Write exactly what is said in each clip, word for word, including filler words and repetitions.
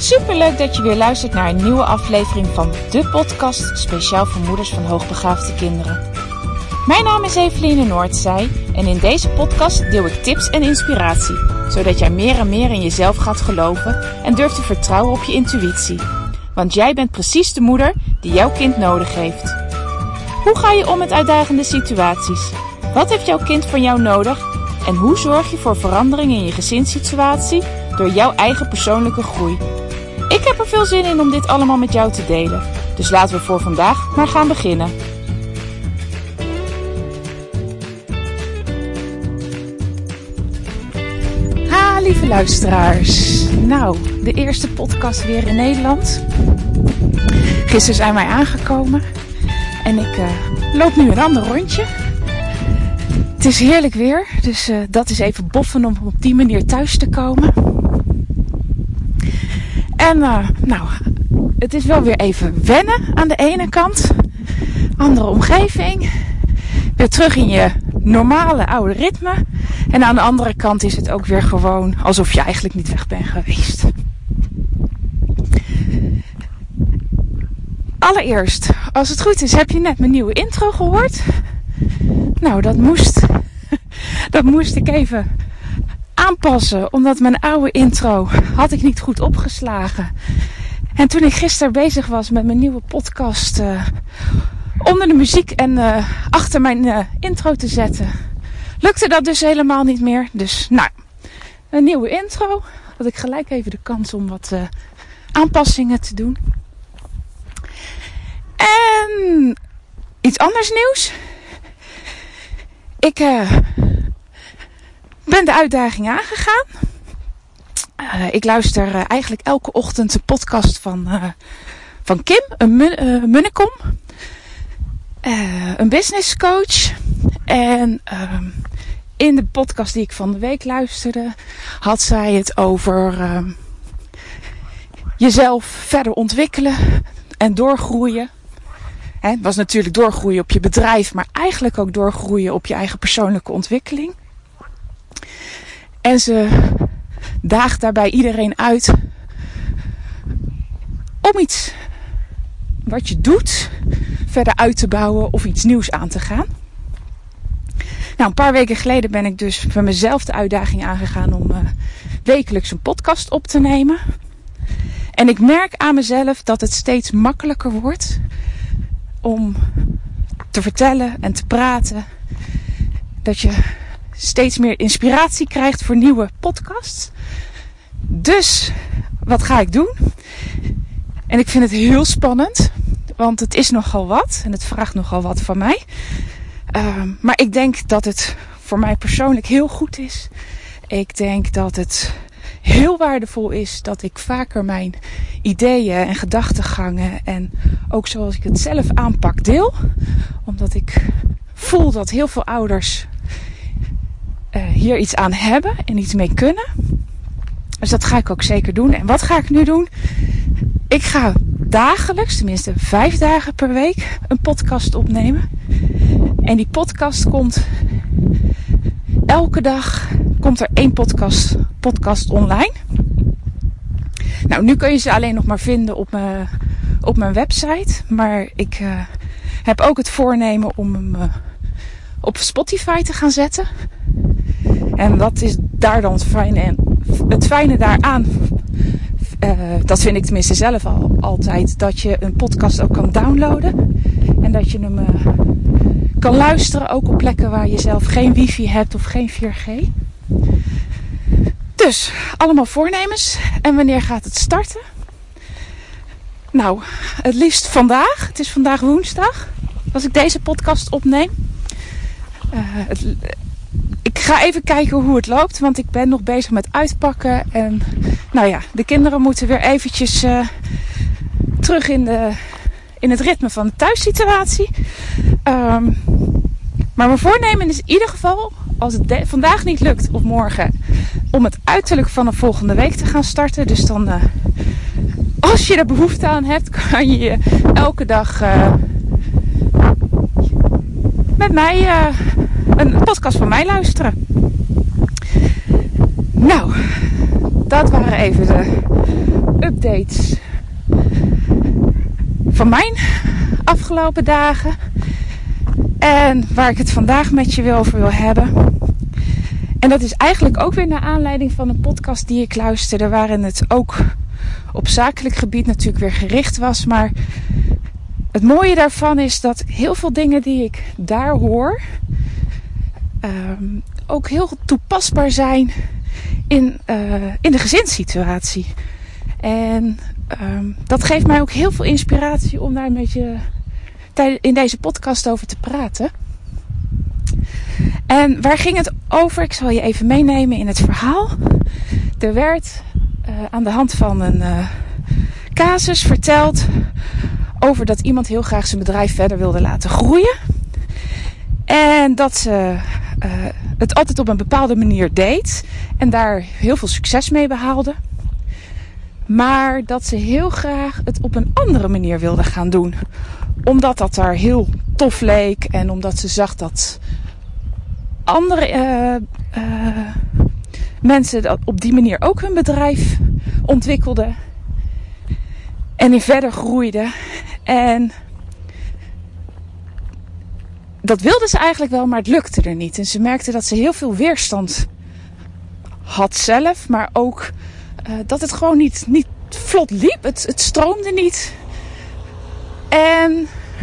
Superleuk dat je weer luistert naar een nieuwe aflevering van de podcast speciaal voor moeders van hoogbegaafde kinderen. Mijn naam is Eveline Noordzij en in deze podcast deel ik tips en inspiratie, zodat jij meer en meer in jezelf gaat geloven en durft te vertrouwen op je intuïtie. Want jij bent precies de moeder die jouw kind nodig heeft. Hoe ga je om met uitdagende situaties? Wat heeft jouw kind van jou nodig? En hoe zorg je voor verandering in je gezinssituatie door jouw eigen persoonlijke groei? Ik heb er veel zin in om dit allemaal met jou te delen. Dus laten we voor vandaag maar gaan beginnen. Ha, lieve luisteraars. Nou, de eerste podcast weer in Nederland. Gisteren zijn wij aangekomen. En ik uh, loop nu een ander rondje. Het is heerlijk weer. Dus uh, dat is even boffen om op die manier thuis te komen. En uh, nou, het is wel weer even wennen aan de ene kant. Andere omgeving. Weer terug in je normale oude ritme. En aan de andere kant is het ook weer gewoon alsof je eigenlijk niet weg bent geweest. Allereerst, als het goed is, heb je net mijn nieuwe intro gehoord. Nou, dat moest, dat moest ik even aanpassen, omdat mijn oude intro had ik niet goed opgeslagen. En toen ik gisteren bezig was met mijn nieuwe podcast uh, onder de muziek en uh, achter mijn uh, intro te zetten, lukte dat dus helemaal niet meer. Dus nou, een nieuwe intro. Had ik gelijk even de kans om wat uh, aanpassingen te doen. En iets anders nieuws. Ik uh, ben de uitdaging aangegaan. Uh, ik luister uh, eigenlijk elke ochtend een podcast van, uh, van Kim, een mun, uh, Munnekom. Uh, een business coach. En uh, in de podcast die ik van de week luisterde, had zij het over uh, jezelf verder ontwikkelen en doorgroeien. Het was natuurlijk doorgroeien op je bedrijf, maar eigenlijk ook doorgroeien op je eigen persoonlijke ontwikkeling. En ze daagt daarbij iedereen uit om iets wat je doet verder uit te bouwen of iets nieuws aan te gaan. Nou, een paar weken geleden ben ik dus voor mezelf de uitdaging aangegaan om uh, wekelijks een podcast op te nemen. En ik merk aan mezelf dat het steeds makkelijker wordt om te vertellen en te praten. Dat je steeds meer inspiratie krijgt voor nieuwe podcasts. Dus, wat ga ik doen? En ik vind het heel spannend. Want het is nogal wat. En het vraagt nogal wat van mij. Uh, maar ik denk dat het voor mij persoonlijk heel goed is. Ik denk dat het heel waardevol is dat ik vaker mijn ideeën en gedachtegangen en ook zoals ik het zelf aanpak deel. Omdat ik voel dat heel veel ouders uh, hier iets aan hebben en iets mee kunnen. Dus dat ga ik ook zeker doen. En wat ga ik nu doen? Ik ga dagelijks, tenminste vijf dagen per week, een podcast opnemen. En die podcast komt elke dag komt er één podcast, podcast online. Nou, nu kun je ze alleen nog maar vinden op mijn, op mijn website. Maar ik uh, heb ook het voornemen om hem uh, op Spotify te gaan zetten. En dat is daar dan het fijne, en het fijne daaraan. Uh, dat vind ik tenminste zelf al altijd. Dat je een podcast ook kan downloaden. En dat je hem uh, kan luisteren ook op plekken waar je zelf geen wifi hebt of geen vier G. Dus, allemaal voornemens. En wanneer gaat het starten? Nou, het liefst vandaag. Het is vandaag woensdag. Als ik deze podcast opneem. Uh, het, ik ga even kijken hoe het loopt. Want ik ben nog bezig met uitpakken. En nou ja, de kinderen moeten weer eventjes uh, terug in, de, in het ritme van de thuissituatie. Um, maar mijn voornemen is in ieder geval, als het de, vandaag niet lukt of morgen, om het uiterlijk van de volgende week te gaan starten. Dus dan, uh, als je er behoefte aan hebt, kan je elke dag uh, met mij uh, een podcast van mij luisteren. Nou, dat waren even de updates van mijn afgelopen dagen. En waar ik het vandaag met je over wil hebben. En dat is eigenlijk ook weer naar aanleiding van een podcast die ik luisterde, waarin het ook op zakelijk gebied natuurlijk weer gericht was. Maar het mooie daarvan is dat heel veel dingen die ik daar hoor um, ook heel toepasbaar zijn in, uh, in de gezinssituatie. En um, dat geeft mij ook heel veel inspiratie om daar met je in deze podcast over te praten. En waar ging het over? Ik zal je even meenemen in het verhaal. Er werd uh, aan de hand van een uh, casus verteld over dat iemand heel graag zijn bedrijf verder wilde laten groeien. En dat ze uh, het altijd op een bepaalde manier deed. En daar heel veel succes mee behaalde. Maar dat ze heel graag het op een andere manier wilde gaan doen. Omdat dat daar heel tof leek. En omdat ze zag dat andere uh, uh, mensen dat op die manier ook hun bedrijf ontwikkelden. En in verder groeiden. En dat wilde ze eigenlijk wel, maar het lukte er niet. En ze merkte dat ze heel veel weerstand had zelf. Maar ook uh, dat het gewoon niet, niet vlot liep. Het, het stroomde niet. En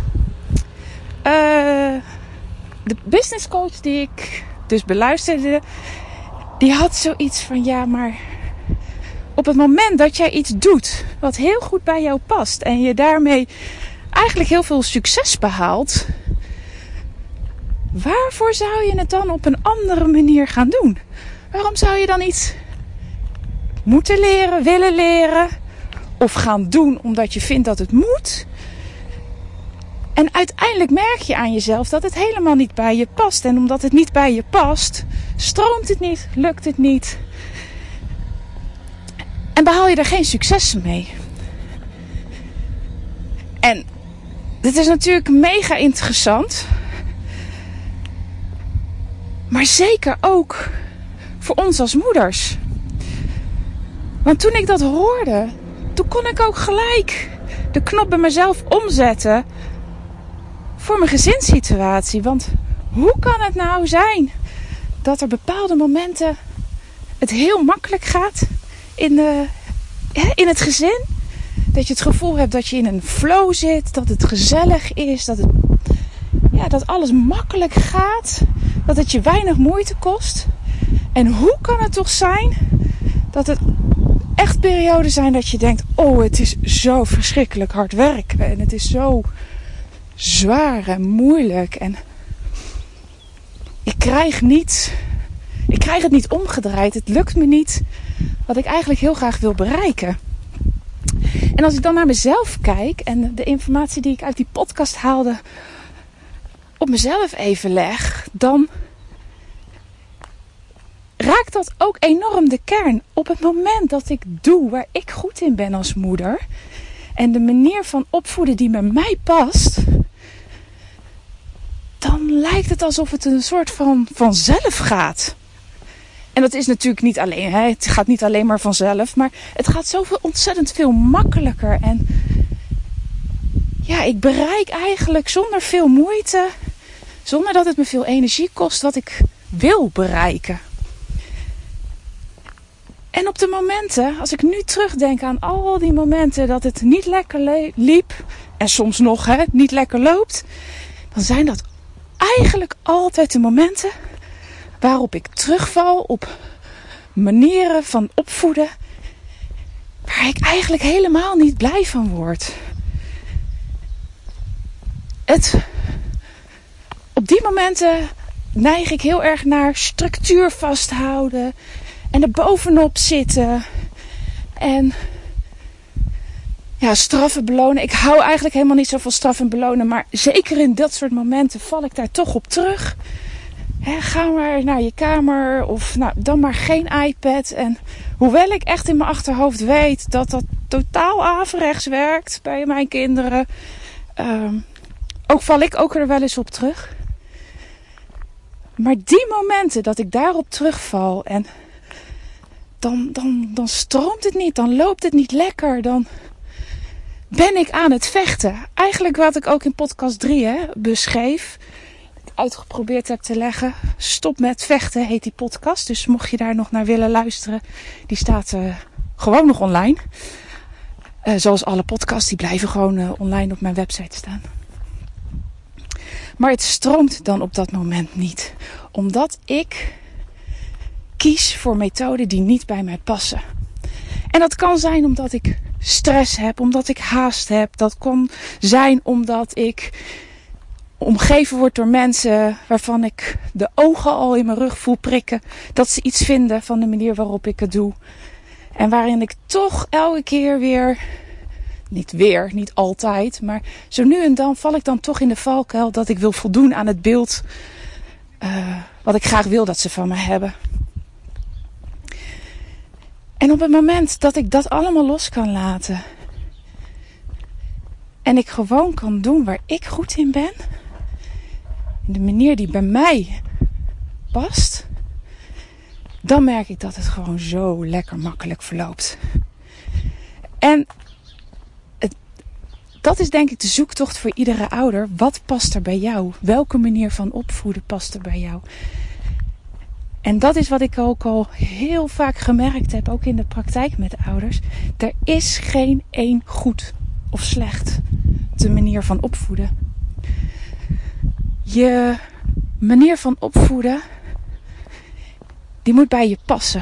uh, de business coach die ik dus beluisterde, die had zoiets van, ja, maar op het moment dat jij iets doet wat heel goed bij jou past en je daarmee eigenlijk heel veel succes behaalt, waarvoor zou je het dan op een andere manier gaan doen? Waarom zou je dan iets moeten leren, willen leren of gaan doen omdat je vindt dat het moet? En uiteindelijk merk je aan jezelf dat het helemaal niet bij je past. En omdat het niet bij je past, stroomt het niet, lukt het niet. En behaal je er geen succes mee. En dit is natuurlijk mega interessant. Maar zeker ook voor ons als moeders. Want toen ik dat hoorde, toen kon ik ook gelijk de knop bij mezelf omzetten voor mijn gezinssituatie. Want hoe kan het nou zijn dat er bepaalde momenten het heel makkelijk gaat in, de, in het gezin? Dat je het gevoel hebt dat je in een flow zit, dat het gezellig is, dat, het, ja, dat alles makkelijk gaat, dat het je weinig moeite kost. En hoe kan het toch zijn dat het echt perioden zijn dat je denkt, oh, het is zo verschrikkelijk hard werken en het is zo zwaar en moeilijk en ik krijg niet, ik krijg het niet omgedraaid. Het lukt me niet wat ik eigenlijk heel graag wil bereiken. En als ik dan naar mezelf kijk en de informatie die ik uit die podcast haalde op mezelf even leg, dan raakt dat ook enorm de kern. Op het moment dat ik doe waar ik goed in ben als moeder en de manier van opvoeden die bij mij past, dan lijkt het alsof het een soort van vanzelf gaat. En dat is natuurlijk niet alleen, hè? Het gaat niet alleen maar vanzelf, maar het gaat zoveel ontzettend veel makkelijker. En ja, ik bereik eigenlijk zonder veel moeite, zonder dat het me veel energie kost, wat ik wil bereiken. En op de momenten, als ik nu terugdenk aan al die momenten dat het niet lekker le- liep, en soms nog hè, niet lekker loopt, dan zijn dat eigenlijk altijd de momenten waarop ik terugval op manieren van opvoeden waar ik eigenlijk helemaal niet blij van word. Het, op die momenten neig ik heel erg naar structuur vasthouden en er bovenop zitten en ja, straffen belonen. Ik hou eigenlijk helemaal niet zo van straffen belonen, maar zeker in dat soort momenten val ik daar toch op terug. He, ga maar naar je kamer of nou, dan maar geen iPad. En hoewel ik echt in mijn achterhoofd weet dat dat totaal averechts werkt bij mijn kinderen, um, ook val ik ook er wel eens op terug. Maar die momenten dat ik daarop terugval en dan, dan, dan stroomt het niet. Dan loopt het niet lekker. Dan ben ik aan het vechten. Eigenlijk wat ik ook in podcast drie hè, beschreef. Uitgeprobeerd heb te leggen. Stop met vechten heet die podcast. Dus mocht je daar nog naar willen luisteren. Die staat uh, gewoon nog online. Uh, zoals alle podcasts. Die blijven gewoon uh, online op mijn website staan. Maar het stroomt dan op dat moment niet. Omdat ik kies voor methoden die niet bij mij passen. En dat kan zijn omdat ik stress heb. Omdat ik haast heb. Dat kan zijn omdat ik omgeven word door mensen waarvan ik de ogen al in mijn rug voel prikken. Dat ze iets vinden van de manier waarop ik het doe. En waarin ik toch elke keer weer, niet weer, niet altijd, maar zo nu en dan val ik dan toch in de valkuil dat ik wil voldoen aan het beeld uh, wat ik graag wil dat ze van me hebben. En op het moment dat ik dat allemaal los kan laten en ik gewoon kan doen waar ik goed in ben, in de manier die bij mij past, dan merk ik dat het gewoon zo lekker makkelijk verloopt. En het, dat is denk ik de zoektocht voor iedere ouder. Wat past er bij jou? Welke manier van opvoeden past er bij jou? En dat is wat ik ook al heel vaak gemerkt heb, ook in de praktijk met ouders. Er is geen één goed of slecht de manier van opvoeden. Je manier van opvoeden, die moet bij je passen.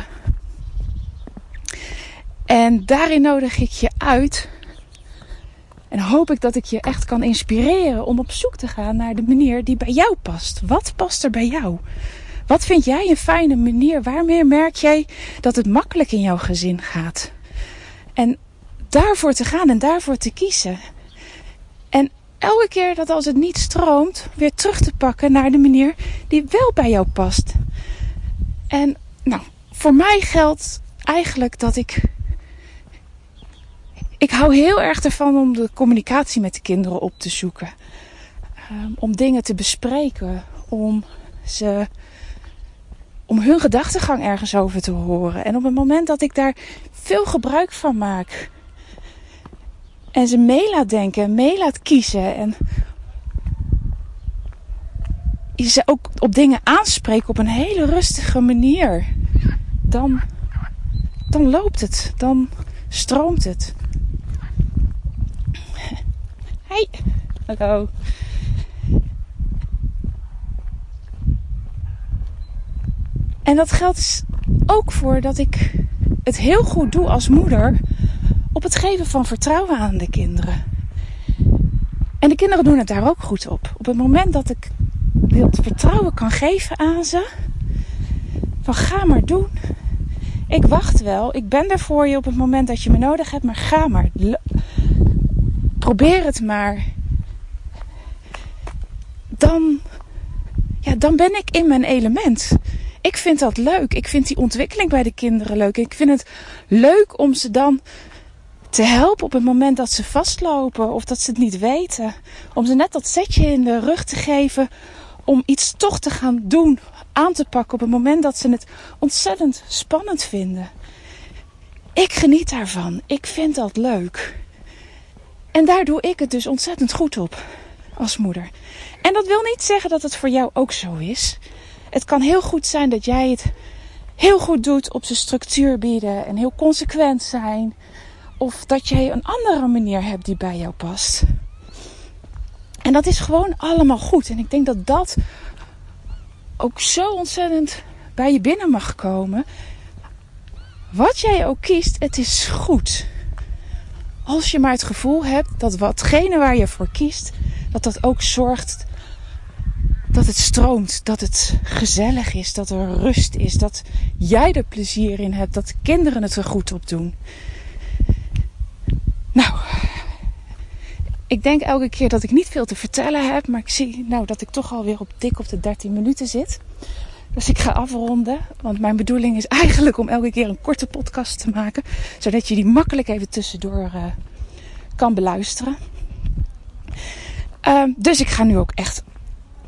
En daarin nodig ik je uit. En hoop ik dat ik je echt kan inspireren om op zoek te gaan naar de manier die bij jou past. Wat past er bij jou? Wat vind jij een fijne manier? Waarmee merk jij dat het makkelijk in jouw gezin gaat? En daarvoor te gaan en daarvoor te kiezen. En elke keer dat als het niet stroomt, weer terug te pakken naar de manier die wel bij jou past. En nou, voor mij geldt eigenlijk dat ik... Ik hou heel erg ervan om de communicatie met de kinderen op te zoeken. Um, om dingen te bespreken. Om ze... Om hun gedachtegang ergens over te horen. En op het moment dat ik daar veel gebruik van maak. En ze mee laat denken. En mee laat kiezen. En ze ook op dingen aanspreken op een hele rustige manier. Dan, dan loopt het. Dan stroomt het. Hey. Hallo. En dat geldt ook voor dat ik het heel goed doe als moeder op het geven van vertrouwen aan de kinderen. En de kinderen doen het daar ook goed op. Op het moment dat ik dat vertrouwen kan geven aan ze, van ga maar doen. Ik wacht wel, ik ben er voor je op het moment dat je me nodig hebt, maar ga maar. Probeer het maar. Dan, ja, dan ben ik in mijn element. Ik vind dat leuk. Ik vind die ontwikkeling bij de kinderen leuk. Ik vind het leuk om ze dan te helpen op het moment dat ze vastlopen of dat ze het niet weten. Om ze net dat zetje in de rug te geven om iets toch te gaan doen, aan te pakken op het moment dat ze het ontzettend spannend vinden. Ik geniet daarvan. Ik vind dat leuk. En daar doe ik het dus ontzettend goed op als moeder. En dat wil niet zeggen dat het voor jou ook zo is. Het kan heel goed zijn dat jij het heel goed doet op zijn structuur bieden en heel consequent zijn. Of dat jij een andere manier hebt die bij jou past. En dat is gewoon allemaal goed. En ik denk dat dat ook zo ontzettend bij je binnen mag komen. Wat jij ook kiest, het is goed. Als je maar het gevoel hebt dat watgene waar je voor kiest, dat dat ook zorgt dat het stroomt, dat het gezellig is, dat er rust is, dat jij er plezier in hebt, dat de kinderen het er goed op doen. Nou, ik denk elke keer dat ik niet veel te vertellen heb, maar ik zie nou dat ik toch alweer op dik op de dertien minuten zit. Dus ik ga afronden, want mijn bedoeling is eigenlijk om elke keer een korte podcast te maken, zodat je die makkelijk even tussendoor uh, kan beluisteren. Uh, dus ik ga nu ook echt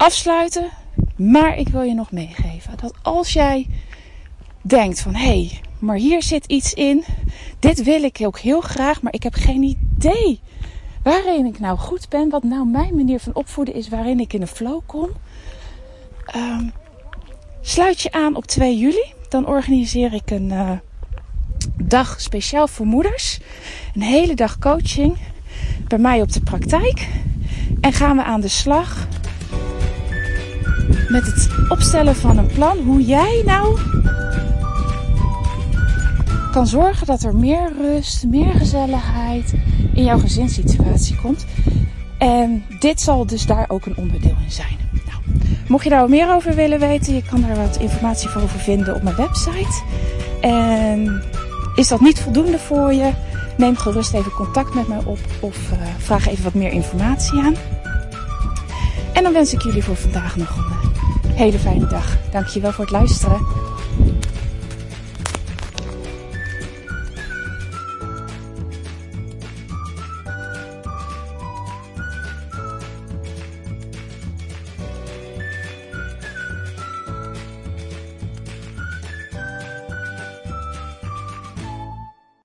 afsluiten, maar ik wil je nog meegeven dat als jij denkt van hé, hey, maar hier zit iets in. Dit wil ik ook heel graag, maar ik heb geen idee waarin ik nou goed ben. Wat nou mijn manier van opvoeden is, waarin ik in de flow kom. Um, sluit je aan op twee juli. Dan organiseer ik een uh, dag speciaal voor moeders. Een hele dag coaching bij mij op de praktijk. En gaan we aan de slag met het opstellen van een plan. Hoe jij nou kan zorgen dat er meer rust, meer gezelligheid in jouw gezinssituatie komt. En dit zal dus daar ook een onderdeel in zijn. Nou, mocht je daar wat meer over willen weten, je kan daar wat informatie over vinden op mijn website. En is dat niet voldoende voor je? Neem gerust even contact met mij op of uh, vraag even wat meer informatie aan. En dan wens ik jullie voor vandaag nog een hele fijne dag. Dankjewel voor het luisteren.